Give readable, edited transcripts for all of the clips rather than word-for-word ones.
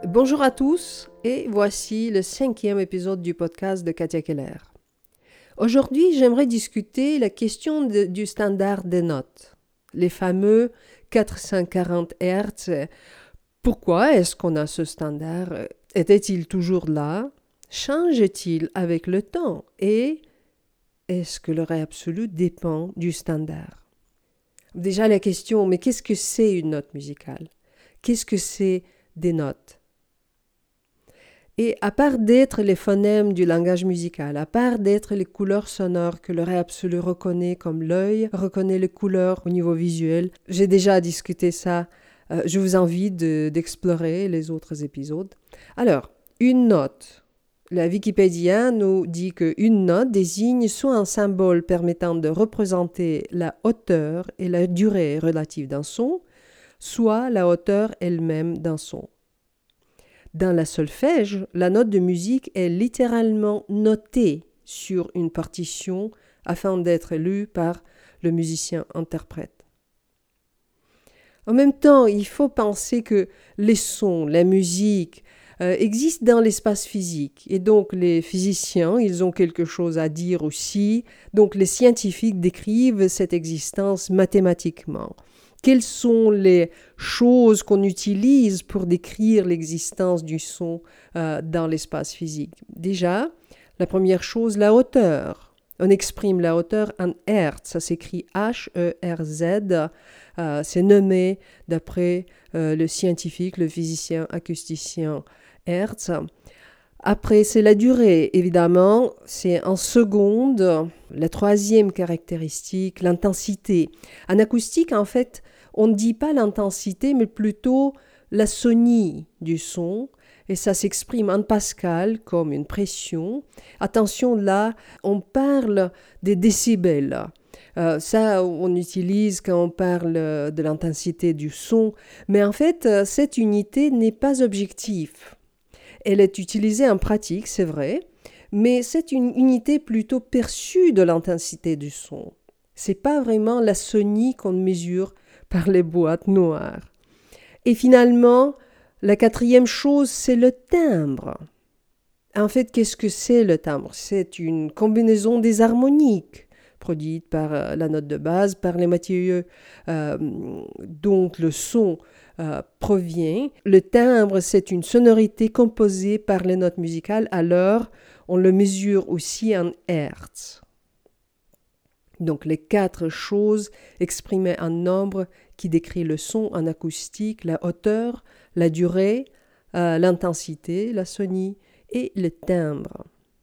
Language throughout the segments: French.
Bonjour à tous et voici le 5e épisode du podcast de Katia Keller. Aujourd'hui, j'aimerais discuter la question du standard des notes, les fameux 440 Hz. Pourquoi est-ce qu'on a ce standard? Était-il toujours là? Change-t-il avec le temps? Et est-ce que le ré absolu dépend du standard? Déjà la question, mais qu'est-ce que c'est une note musicale? Qu'est-ce que c'est des notes? Et à part d'être les phonèmes du langage musical, à part d'être les couleurs sonores que le ré absolu reconnaît comme l'œil reconnaît les couleurs au niveau visuel, j'ai déjà discuté ça, je vous invite d'explorer les autres épisodes. Alors, une note. La Wikipédia nous dit qu'une note désigne soit un symbole permettant de représenter la hauteur et la durée relative d'un son, soit la hauteur elle-même d'un son. Dans la solfège, la note de musique est littéralement notée sur une partition afin d'être lue par le musicien-interprète. En même temps, il faut penser que les sons, la musique, existent dans l'espace physique. Et donc, les physiciens, ils ont quelque chose à dire aussi. Donc, les scientifiques décrivent cette existence mathématiquement. Quelles sont les choses qu'on utilise pour décrire l'existence du son dans l'espace physique? Déjà, la première chose, la hauteur. On exprime la hauteur en Hertz, ça s'écrit H-E-R-Z. C'est nommé d'après le scientifique, le physicien acousticien Hertz. Après, c'est la durée, évidemment, c'est en secondes. La troisième caractéristique, l'intensité. En acoustique, en fait, on ne dit pas l'intensité, mais plutôt la sonie du son. Et ça s'exprime en Pascal comme une pression. Attention, là, on parle des décibels. Ça, on utilise quand on parle de l'intensité du son. Mais en fait, cette unité n'est pas objective. Elle est utilisée en pratique, c'est vrai, mais c'est une unité plutôt perçue de l'intensité du son. C'est pas vraiment la sonie qu'on mesure par les boîtes noires. Et finalement, la quatrième chose, c'est le timbre. En fait, qu'est-ce que c'est le timbre? C'est une combinaison des harmoniques produite par la note de base, par les matériaux dont le son provient. Le timbre, c'est une sonorité composée par les notes musicales, alors on le mesure aussi en Hertz. Donc les 4 choses exprimées en nombre qui décrit le son en acoustique, la hauteur, la durée, l'intensité, la sonie et le timbre.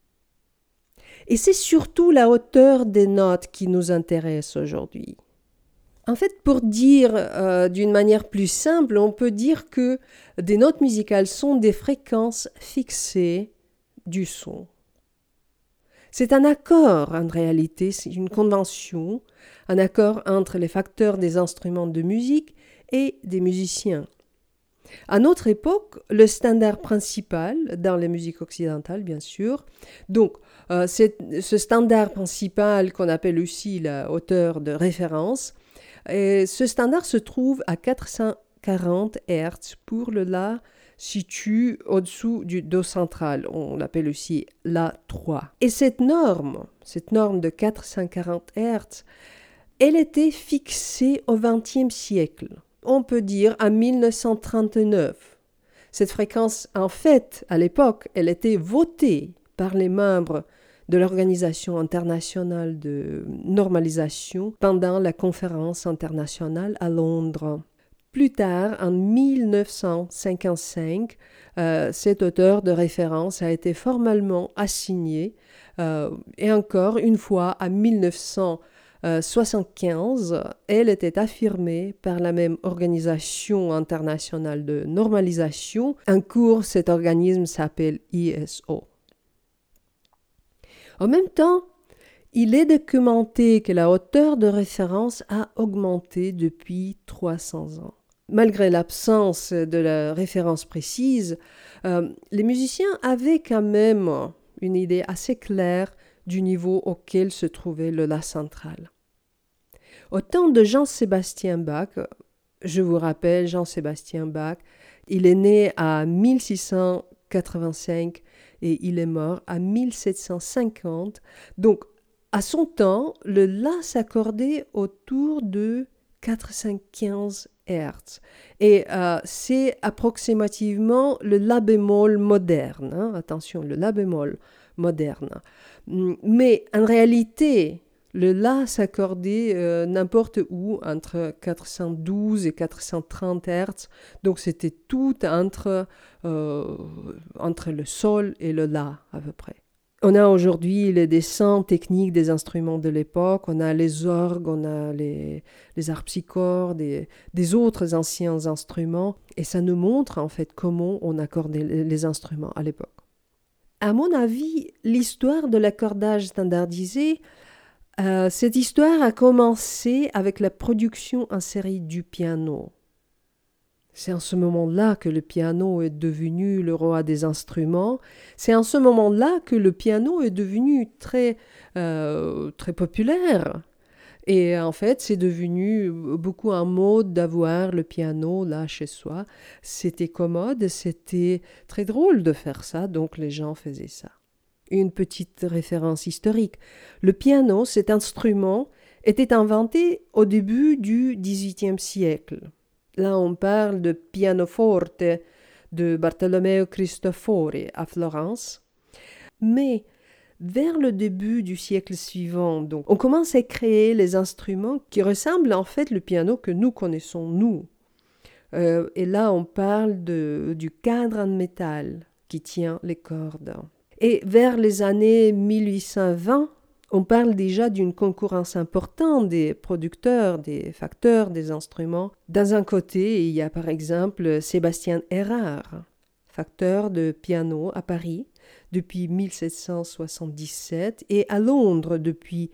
Et c'est surtout la hauteur des notes qui nous intéresse aujourd'hui. En fait, pour dire d'une manière plus simple, on peut dire que des notes musicales sont des fréquences fixées du son. C'est un accord, en réalité, c'est une convention, un accord entre les facteurs des instruments de musique et des musiciens. À notre époque, le standard principal, dans les musiques occidentales bien sûr, donc c'est ce standard principal qu'on appelle aussi la hauteur de référence, et ce standard se trouve à 440 Hz pour le La situe au-dessous du Do central. On l'appelle aussi La3. Et cette norme de 440 Hz, elle était fixée au XXe siècle. On peut dire en 1939. Cette fréquence, en fait, à l'époque, elle était votée par les membres de l'Organisation internationale de normalisation pendant la conférence internationale à Londres. Plus tard, en 1955, cette hauteur de référence a été formellement assignée et encore une fois en 1975, elle était affirmée par la même organisation internationale de normalisation. En cours, cet organisme s'appelle ISO. En même temps, il est documenté que la hauteur de référence a augmenté depuis 300 ans. Malgré l'absence de la référence précise, les musiciens avaient quand même une idée assez claire du niveau auquel se trouvait le La central. Au temps de Jean-Sébastien Bach, je vous rappelle, Jean-Sébastien Bach, Il est né à 1685 et il est mort à 1750. Donc, à son temps, le La s'accordait autour de 415 Hertz. Et c'est approximativement le La bémol moderne. Hein. Attention, le La bémol moderne. Mais en réalité, le La s'accordait n'importe où, entre 412 et 430 Hertz. Donc c'était tout entre le Sol et le La, à peu près. On a aujourd'hui les dessins techniques des instruments de l'époque, on a les orgues, on a les harpsichords, des autres anciens instruments, et ça nous montre en fait comment on accordait les instruments à l'époque. À mon avis, l'histoire de l'accordage standardisé, cette histoire a commencé avec la production en série du piano. C'est en ce moment-là que le piano est devenu le roi des instruments. C'est en ce moment-là que le piano est devenu très populaire. Et en fait, c'est devenu beaucoup un mode d'avoir le piano là chez soi. C'était commode, c'était très drôle de faire ça, donc les gens faisaient ça. Une petite référence historique. Le piano, cet instrument, était inventé au début du XVIIIe siècle. Là, on parle de pianoforte de Bartolomeo Cristofori à Florence. Mais vers le début du siècle suivant, donc, on commence à créer les instruments qui ressemblent en fait au piano que nous connaissons, nous. Et là, on parle du cadre en métal qui tient les cordes. Et vers les années 1820, on parle déjà d'une concurrence importante des producteurs, des facteurs des instruments. Dans un côté, il y a par exemple Sébastien Erard, facteur de piano à Paris depuis 1777 et à Londres depuis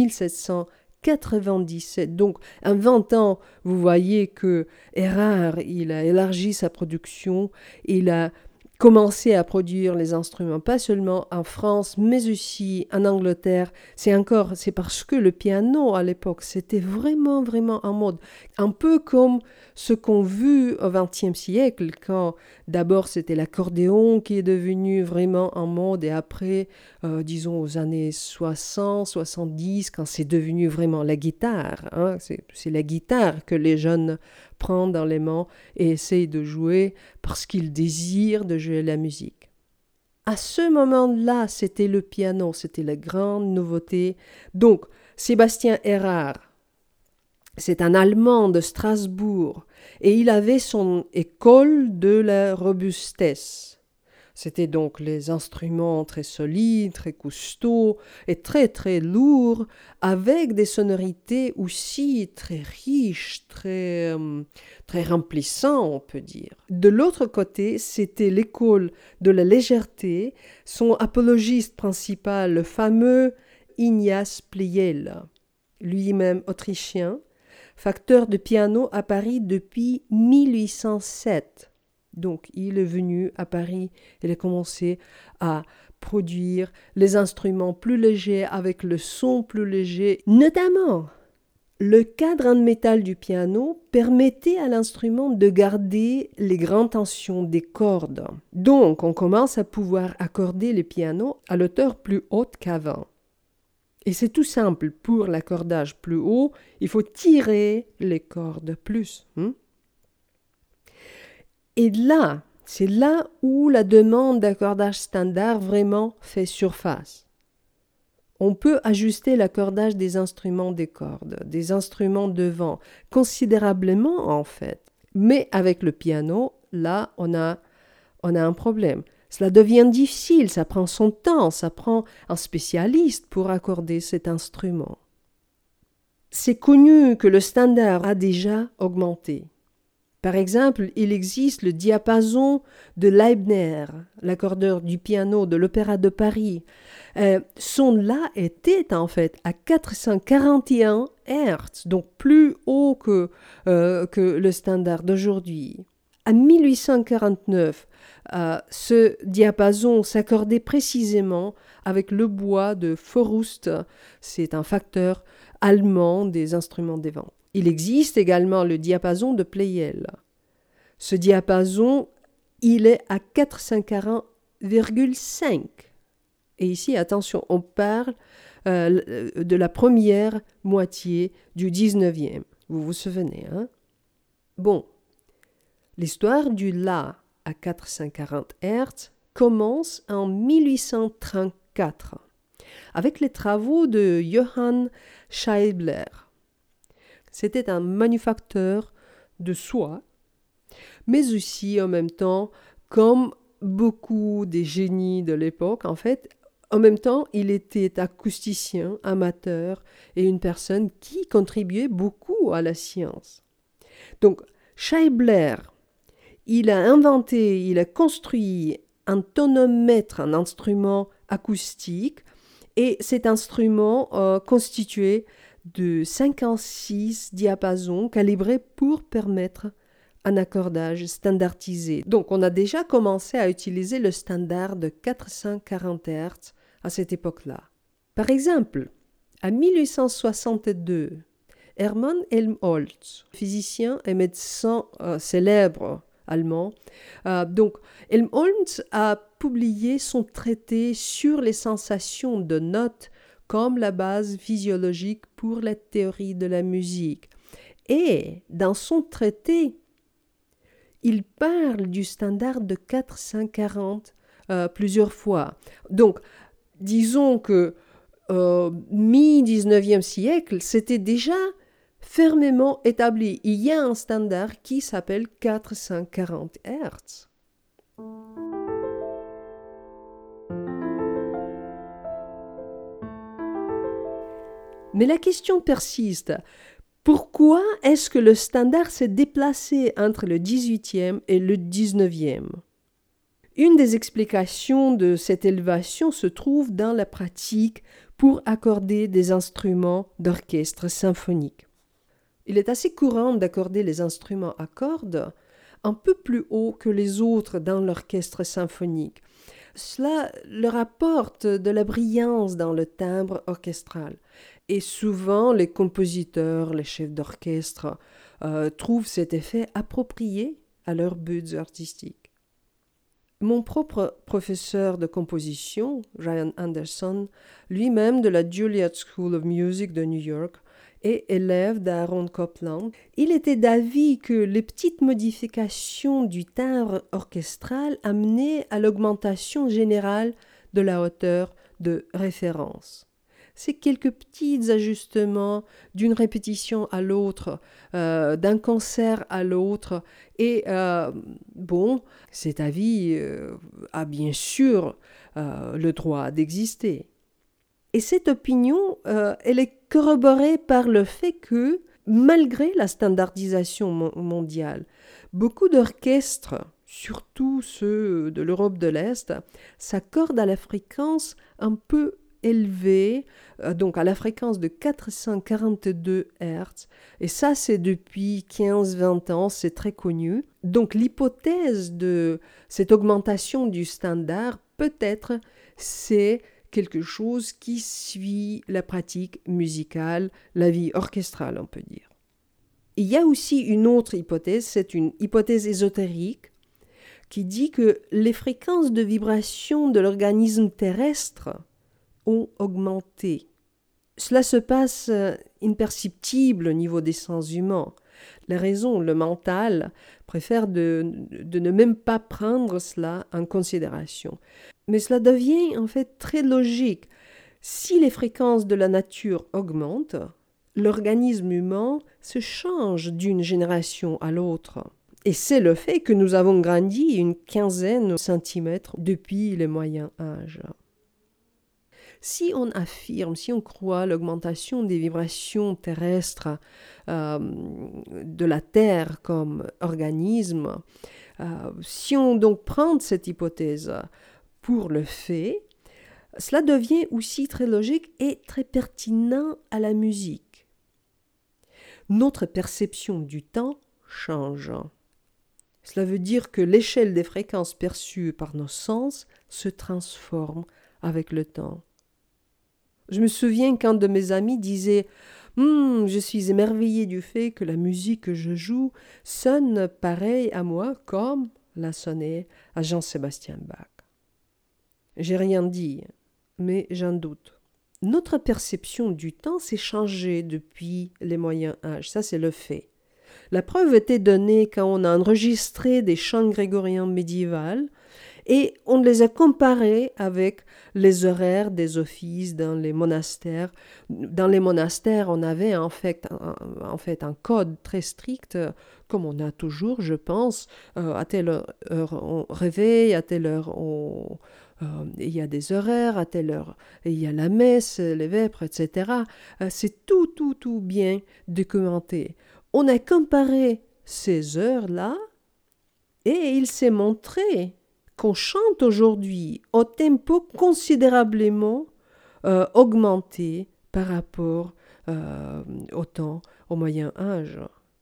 1797. Donc, en 20 ans, vous voyez que Erard, il a élargi sa production, il a commencer à produire les instruments, pas seulement en France, mais aussi en Angleterre. C'est parce que le piano, à l'époque, c'était vraiment, vraiment en mode. Un peu comme ce qu'on vu au XXe siècle, quand d'abord c'était l'accordéon qui est devenu vraiment en mode, et après, disons aux années 60, 70, quand c'est devenu vraiment la guitare. Hein, c'est la guitare que les jeunes prennent dans les mains et essayent de jouer parce qu'ils désirent de jouer la musique. À ce moment-là, c'était le piano, c'était la grande nouveauté. Donc, Sébastien Erard, c'est un Allemand de Strasbourg, et il avait son école de la robustesse. C'était donc les instruments très solides, très costauds et très très lourds, avec des sonorités aussi très riches, très remplissantes, on peut dire. De l'autre côté, c'était l'école de la légèreté, son apologiste principal, le fameux Ignaz Pleyel, lui-même autrichien, facteur de piano à Paris depuis 1807. Donc, il est venu à Paris, il a commencé à produire les instruments plus légers avec le son plus léger. Notamment, le cadre en métal du piano permettait à l'instrument de garder les grandes tensions des cordes. Donc, on commence à pouvoir accorder le piano à l'auteur plus haute qu'avant. Et c'est tout simple, pour l'accordage plus haut, il faut tirer les cordes plus. Et là, c'est là où la demande d'accordage standard vraiment fait surface. On peut ajuster l'accordage des instruments des cordes, des instruments de vent, considérablement en fait. Mais avec le piano, là, on a un problème. Cela devient difficile, ça prend son temps, ça prend un spécialiste pour accorder cet instrument. C'est connu que le standard a déjà augmenté. Par exemple, il existe le diapason de Leibner, l'accordeur du piano de l'Opéra de Paris. Son La était en fait à 441 Hz, donc plus haut que le standard d'aujourd'hui. En 1849, ce diapason s'accordait précisément avec le bois de Forust, c'est un facteur allemand des instruments des vents. Il existe également le diapason de Pleyel. Ce diapason, il est à 440,5. Et ici, attention, on parle de la première moitié du 19e. Vous vous souvenez, hein? Bon, l'histoire du La à 440 Hz commence en 1834 avec les travaux de Johann Scheibler. C'était un manufacteur de soie, mais aussi en même temps, comme beaucoup des génies de l'époque, en même temps, il était acousticien, amateur et une personne qui contribuait beaucoup à la science. Donc, Scheibler, il a construit un tonomètre, un instrument acoustique, et cet instrument constitué de 56 diapasons calibrés pour permettre un accordage standardisé. Donc, on a déjà commencé à utiliser le standard de 440 Hz à cette époque-là. Par exemple, en 1862, Hermann Helmholtz, physicien et médecin célèbre allemand, Helmholtz a publié son traité sur les sensations de notes comme la base physiologique pour la théorie de la musique. Et dans son traité, il parle du standard de 440 plusieurs fois. Donc, disons que mi-19e siècle, c'était déjà fermement établi. Il y a un standard qui s'appelle 440 Hz. Mais la question persiste. Pourquoi est-ce que le standard s'est déplacé entre le 18e et le 19e? Une des explications de cette élévation se trouve dans la pratique pour accorder des instruments d'orchestre symphonique. Il est assez courant d'accorder les instruments à cordes un peu plus haut que les autres dans l'orchestre symphonique. Cela leur apporte de la brillance dans le timbre orchestral. Et souvent, les compositeurs, les chefs d'orchestre trouvent cet effet approprié à leurs buts artistiques. Mon propre professeur de composition, Ryan Anderson, lui-même de la Juilliard School of Music de New York et élève d'Aaron Copland, il était d'avis que les petites modifications du timbre orchestral amenaient à l'augmentation générale de la hauteur de référence. C'est quelques petits ajustements d'une répétition à l'autre, d'un concert à l'autre. Et cet avis a bien sûr le droit d'exister. Et cette opinion, elle est corroborée par le fait que, malgré la standardisation mondiale, beaucoup d'orchestres, surtout ceux de l'Europe de l'Est, s'accordent à la fréquence un peu élevée, donc à la fréquence de 442 Hz. Et ça, c'est depuis 15-20 ans, c'est très connu. Donc l'hypothèse de cette augmentation du standard, peut-être, c'est quelque chose qui suit la pratique musicale, la vie orchestrale, on peut dire. Il y a aussi une autre hypothèse, c'est une hypothèse ésotérique, qui dit que les fréquences de vibration de l'organisme terrestre ont augmenté. Cela se passe imperceptible au niveau des sens humains. La raison, le mental, préfère de ne même pas prendre cela en considération. Mais cela devient en fait très logique. Si les fréquences de la nature augmentent, l'organisme humain se change d'une génération à l'autre. Et c'est le fait que nous avons grandi une quinzaine de centimètres depuis le moyen âge. Si on affirme, si on croit l'augmentation des vibrations terrestres de la Terre comme organisme, si on donc prend cette hypothèse pour le fait, cela devient aussi très logique et très pertinent à la musique. Notre perception du temps change. Cela veut dire que l'échelle des fréquences perçues par nos sens se transforme avec le temps. Je me souviens qu'un de mes amis disait je suis émerveillé du fait que la musique que je joue sonne pareil à moi comme la sonnait à Jean-Sébastien Bach. J'ai rien dit, mais j'en doute. Notre perception du temps s'est changée depuis les Moyen Âge, ça c'est le fait. La preuve était donnée quand on a enregistré des chants grégoriens médiévaux et on les a comparés avec les horaires des offices dans les monastères. Dans les monastères, on avait en fait un code très strict, comme on a toujours, je pense. À telle heure on réveille, à telle heure il y a des horaires, à telle heure il y a la messe, les vêpres, etc. C'est tout bien documenté. On a comparé ces heures-là et il s'est montré qu'on chante aujourd'hui au tempo considérablement augmenté par rapport au temps au Moyen Âge.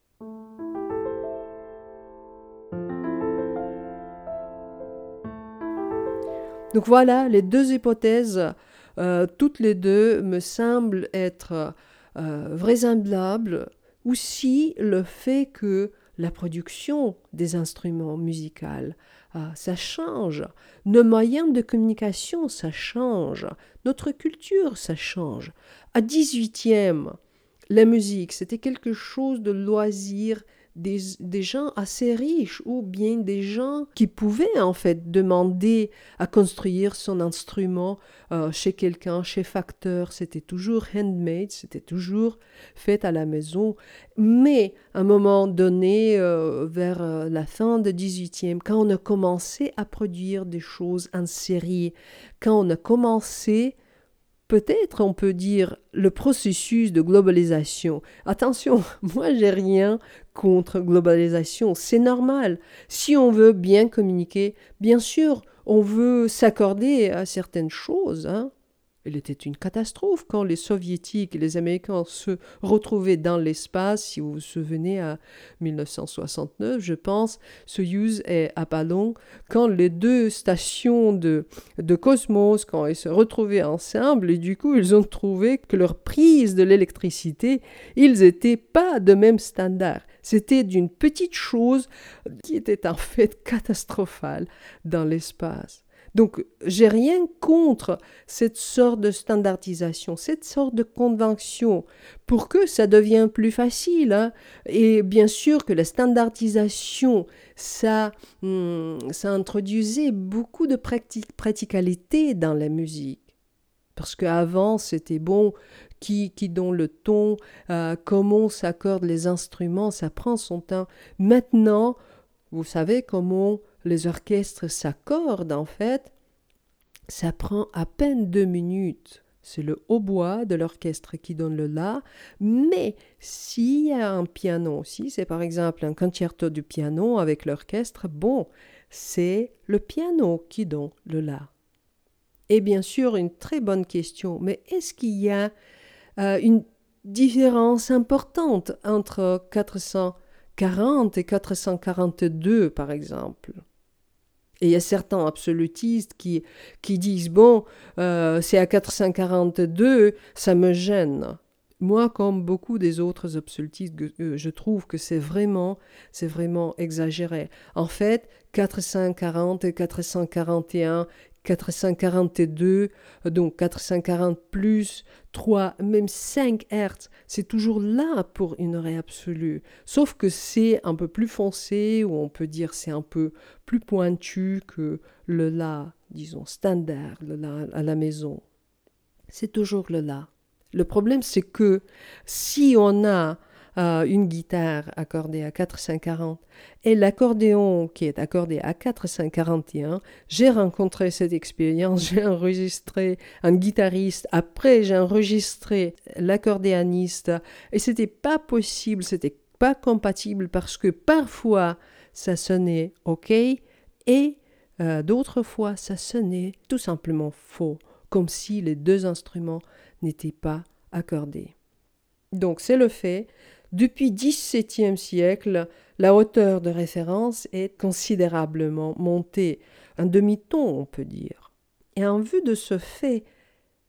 Donc voilà, les deux hypothèses, toutes les deux me semblent être vraisemblables. Aussi le fait que la production des instruments musicaux, ça change. Nos moyens de communication, ça change. Notre culture, ça change. À 18e, la musique, c'était quelque chose de loisir des gens assez riches ou bien des gens qui pouvaient en fait demander à construire son instrument chez quelqu'un, chez facteur. C'était toujours handmade, c'était toujours fait à la maison. Mais à un moment donné, vers la fin du 18e, quand on a commencé à produire des choses en série, quand on a commencé peut-être on peut dire le processus de globalisation. Attention, moi j'ai rien contre globalisation, c'est normal. Si on veut bien communiquer, bien sûr, on veut s'accorder à certaines choses, hein. Il était une catastrophe quand les Soviétiques et les Américains se retrouvaient dans l'espace, si vous vous souvenez, à 1969, je pense, Soyouz et Apollon, quand les deux stations de Cosmos, quand ils se retrouvaient ensemble, et du coup, ils ont trouvé que leur prise de l'électricité, ils n'étaient pas de même standard. C'était d'une petite chose qui était en fait catastrophale dans l'espace. Donc, j'ai rien contre cette sorte de standardisation, cette sorte de convention, pour que ça devienne plus facile, hein. Et bien sûr que la standardisation, ça introduisait beaucoup de praticalité dans la musique. Parce qu'avant, c'était bon, qui donne le ton, comment on s'accorde les instruments, ça prend son temps. Maintenant, vous savez comment les orchestres s'accordent en fait, ça prend à peine 2 minutes. C'est le hautbois de l'orchestre qui donne le la, mais s'il y a un piano, si c'est par exemple un concerto du piano avec l'orchestre, bon, c'est le piano qui donne le la. Et bien sûr, une très bonne question, mais est-ce qu'il y a une différence importante entre 440 et 442 par exemple? Et il y a certains absolutistes qui disent, bon, c'est à 442, ça me gêne. Moi, comme beaucoup des autres absolutistes, je trouve que c'est vraiment exagéré. En fait, 440 et 441, 442, donc 440 plus 3, même 5 Hertz, c'est toujours là pour une ré absolue. Sauf que c'est un peu plus foncé, ou on peut dire c'est un peu plus pointu que le la, disons, standard, le la à la maison. C'est toujours le la. Le problème, c'est que si on a une guitare accordée à 440 et l'accordéon qui est accordé à 441, j'ai rencontré cette expérience, j'ai enregistré un guitariste, après j'ai enregistré l'accordéoniste et c'était pas possible, c'était pas compatible parce que parfois ça sonnait ok et d'autres fois ça sonnait tout simplement faux, comme si les deux instruments n'étaient pas accordés. Donc c'est le fait. Depuis XVIIe siècle, la hauteur de référence est considérablement montée, un demi-ton on peut dire. Et en vue de ce fait,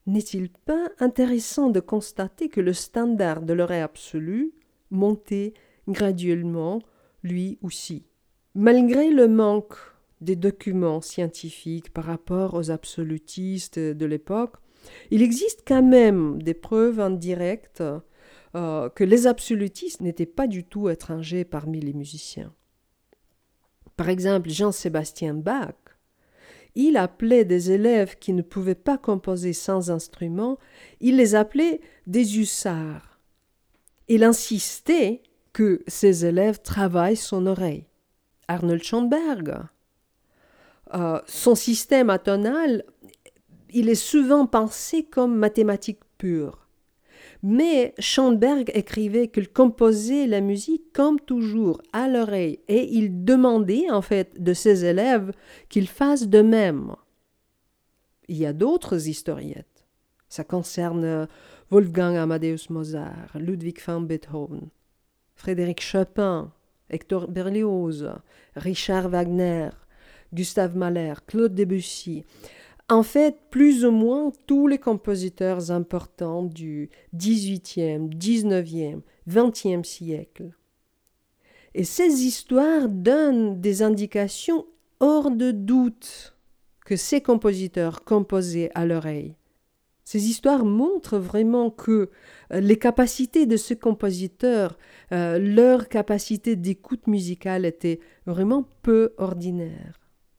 N'est-il pas intéressant de constater que le standard de l'oreille absolue montait graduellement, lui aussi? Malgré le manque des documents scientifiques par rapport aux absolutistes de l'époque, il existe quand même des preuves indirectes que les absolutistes n'étaient pas du tout étrangers parmi les musiciens. Par exemple, Jean-Sébastien Bach, il appelait des élèves qui ne pouvaient pas composer sans instrument, il les appelait des hussards. Il insistait que ses élèves travaillent son oreille. Arnold Schoenberg, son système atonal, il est souvent pensé comme mathématique pure. Mais Schoenberg écrivait qu'il composait la musique comme toujours à l'oreille et il demandait en fait de ses élèves qu'ils fassent de même. Il y a d'autres historiettes. Ça concerne Wolfgang Amadeus Mozart, Ludwig van Beethoven, Frédéric Chopin, Hector Berlioz, Richard Wagner, Gustave Mahler, Claude Debussy. En fait, plus ou moins tous les compositeurs importants du XVIIIe, XIXe, XXe siècle. Et ces histoires donnent des indications hors de doute que ces compositeurs composaient à l'oreille. Ces histoires montrent vraiment que les capacités de ces compositeurs, leur capacité d'écoute musicale était vraiment peu ordinaire.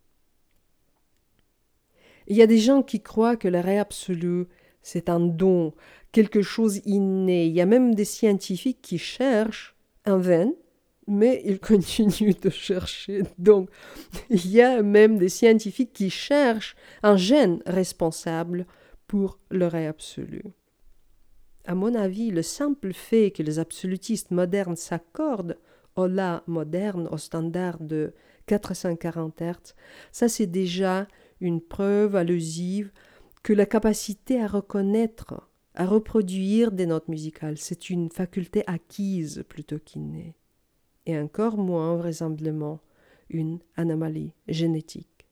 Il y a des gens qui croient que l'oreille absolue, c'est un don, quelque chose inné. Il y a même des scientifiques qui cherchent un veine, mais ils continuent de chercher. Donc, il y a même des scientifiques qui cherchent un gène responsable pour l'oreille absolue. À mon avis, le simple fait que les absolutistes modernes s'accordent au La moderne, au standard de 440 Hz, ça c'est déjà une preuve allusive que la capacité à reconnaître, à reproduire des notes musicales, c'est une faculté acquise plutôt qu'innée, et encore moins vraisemblablement une anomalie génétique.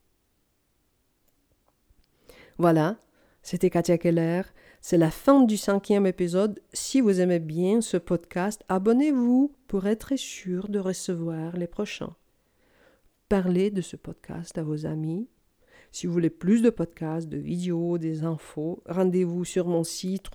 Voilà, c'était Katia Keller. C'est la fin du 5e épisode. Si vous aimez bien ce podcast, abonnez-vous pour être sûr de recevoir les prochains. Parlez de ce podcast à vos amis. Si vous voulez plus de podcasts, de vidéos, des infos, rendez-vous sur mon site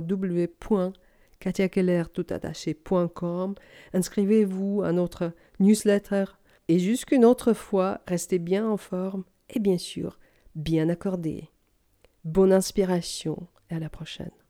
www.katiakeller.com. Inscrivez-vous à notre newsletter. Et jusqu'une autre fois, restez bien en forme et bien sûr, bien accordé. Bonne inspiration et à la prochaine.